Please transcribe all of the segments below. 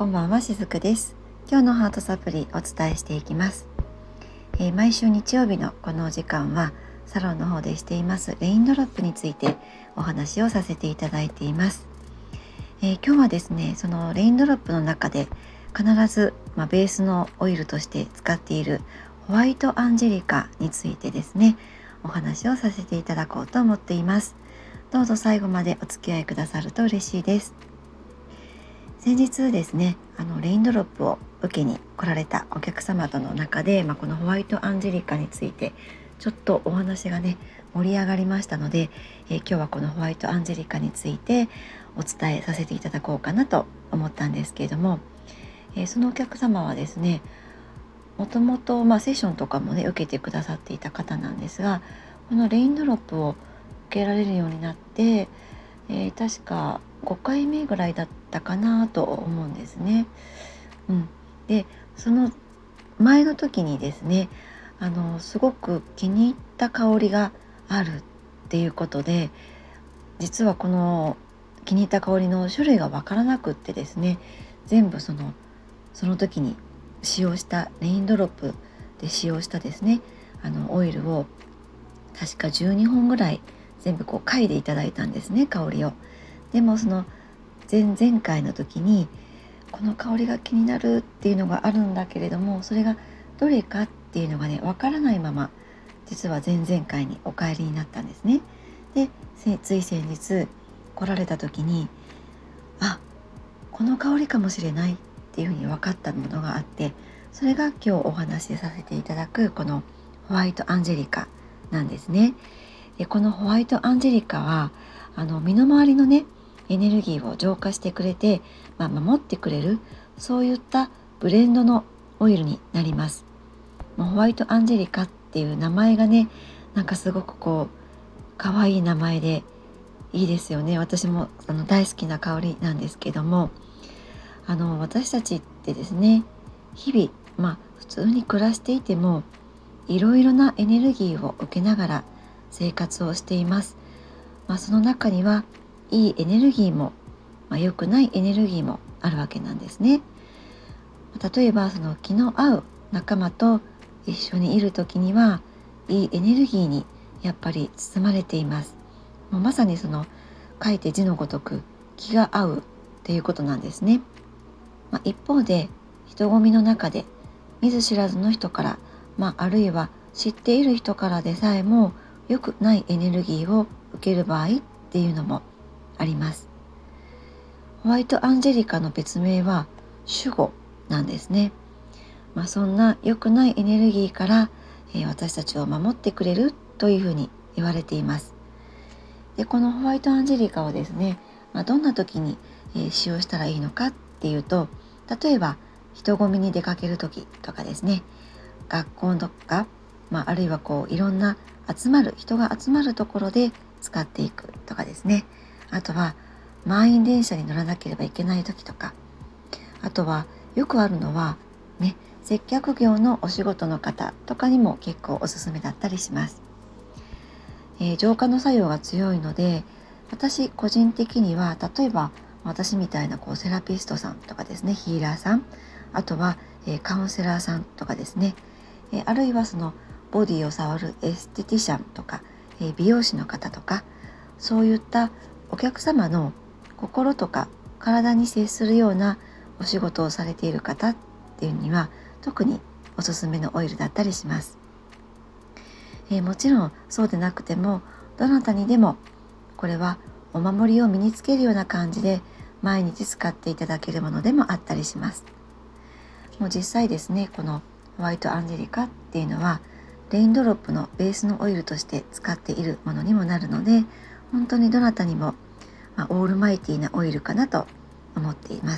こんばんは、しずくです。今日のハートサプリお伝えしていきます。毎週日曜日のこのお時間はサロンの方でしていますレインドロップについてお話をさせていただいています。今日はですね、そのレインドロップの中で必ず、ベースのオイルとして使っているホワイトアンジェリカについてですね、お話をさせていただこうと思っています。どうぞ最後までお付き合いくださると嬉しいです。先日ですね、レインドロップを受けに来られたお客様との中で、このホワイトアンジェリカについてちょっとお話がね盛り上がりましたので、今日はこのホワイトアンジェリカについてお伝えさせていただこうかなと思ったんですけれども、そのお客様はですね、もともとセッションとかもね受けてくださっていた方なんですが、このレインドロップを受けられるようになって、確か5回目ぐらいだったかなと思うんですね。で、その前の時にですね、すごく気に入った香りがあるっていうことで、実はこの気に入った香りの種類が分からなくってですね、全部その時に使用したレインドロップで使用したですね、オイルを確か12本ぐらい全部嗅いでいただいたんですね、香りを。でもその前々回の時にこの香りが気になるっていうのがあるんだけれども、それがどれかっていうのがねわからないまま、実は前々回にお帰りになったんですね。で、つい先日来られた時に、この香りかもしれないっていうふうに分かったものがあって、それが今日お話しさせていただくこのホワイトアンジェリカなんですね。で、このホワイトアンジェリカは身の回りのねエネルギーを浄化してくれて、守ってくれる、そういったブレンドのオイルになります。もうホワイトアンジェリカっていう名前がね、なんかすごく可愛い名前でいいですよね。私も大好きな香りなんですけども、私たちってですね、日々普通に暮らしていてもいろいろなエネルギーを受けながら生活をしています。その中にはいいエネルギーも、良くないエネルギーもあるわけなんですね。例えばその気の合う仲間と一緒にいる時にはいいエネルギーにやっぱり包まれています。もうまさに書いて字のごとく気が合うっていうことなんですね。一方で人混みの中で見ず知らずの人から、あるいは知っている人からでさえも良くないエネルギーを受ける場合っていうのもあります。ホワイトアンジェリカの別名は守護なんですね。そんな良くないエネルギーから、私たちを守ってくれるというふうに言われています。で、このホワイトアンジェリカをですね、どんな時に、使用したらいいのかっていうと、例えば人混みに出かける時とかですね、学校とか、あるいはいろんな人が集まるところで使っていくとかですね。あとは満員電車に乗らなければいけない時とか、あとはよくあるのはね、接客業のお仕事の方とかにも結構おすすめだったりします。浄化の作用が強いので、私個人的には例えば私みたいなセラピストさんとかですね、ヒーラーさん、あとは、カウンセラーさんとかですね、あるいはボディを触るエステティシャンとか、美容師の方とか、そういったお客様の心とか体に接するようなお仕事をされている方っていうには特におすすめのオイルだったりします。もちろんそうでなくてもどなたにでもこれはお守りを身につけるような感じで毎日使っていただけるものでもあったりします。もう実際ですね、このホワイトアンジェリカっていうのはレインドロップのベースのオイルとして使っているものにもなるので、本当にどなたにも、オールマイティーなオイルかなと思っています。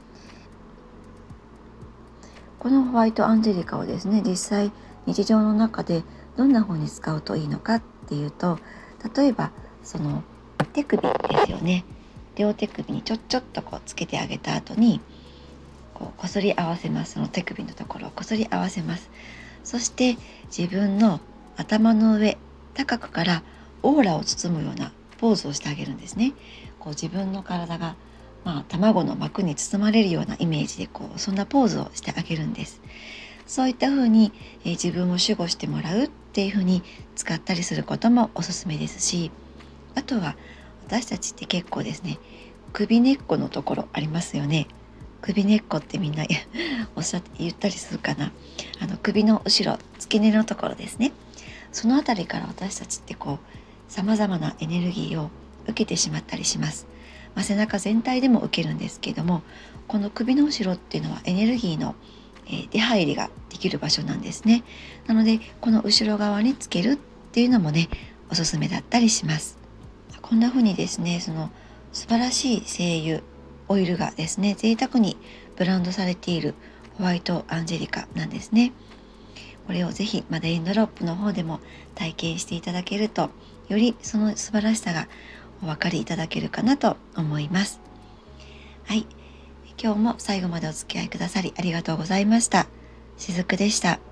このホワイトアンジェリカをですね、実際日常の中でどんな風に使うといいのかっていうと、例えば手首ですよね。両手首にちょっとつけてあげた後にこすり合わせます。その手首のところをこすり合わせます。そして自分の頭の上高くからオーラを包むようなポーズをしてあげるんですね。自分の体が卵の膜に包まれるようなイメージでそんなポーズをしてあげるんです。そういった風に、自分を守護してもらうっていう風に使ったりすることもおすすめですし、あとは私たちって結構ですね、首根っこのところありますよね。首根っこってみんな言ったりするかな。首の後ろ、付け根のところですね。そのあたりから私たちって様々なエネルギーを受けてしまったりします。背中全体でも受けるんですけども、この首の後ろっていうのはエネルギーの、出入りができる場所なんですね。なのでこの後ろ側につけるっていうのもね、おすすめだったりします。こんな風にですね、その素晴らしい精油オイルがですね、贅沢にブランドされているホワイトアンジェリカなんですね。これをぜひレインドロップの方でも体験していただけると、よりその素晴らしさがお分かりいただけるかなと思います。はい、今日も最後までお付き合いくださりありがとうございました。しずくでした。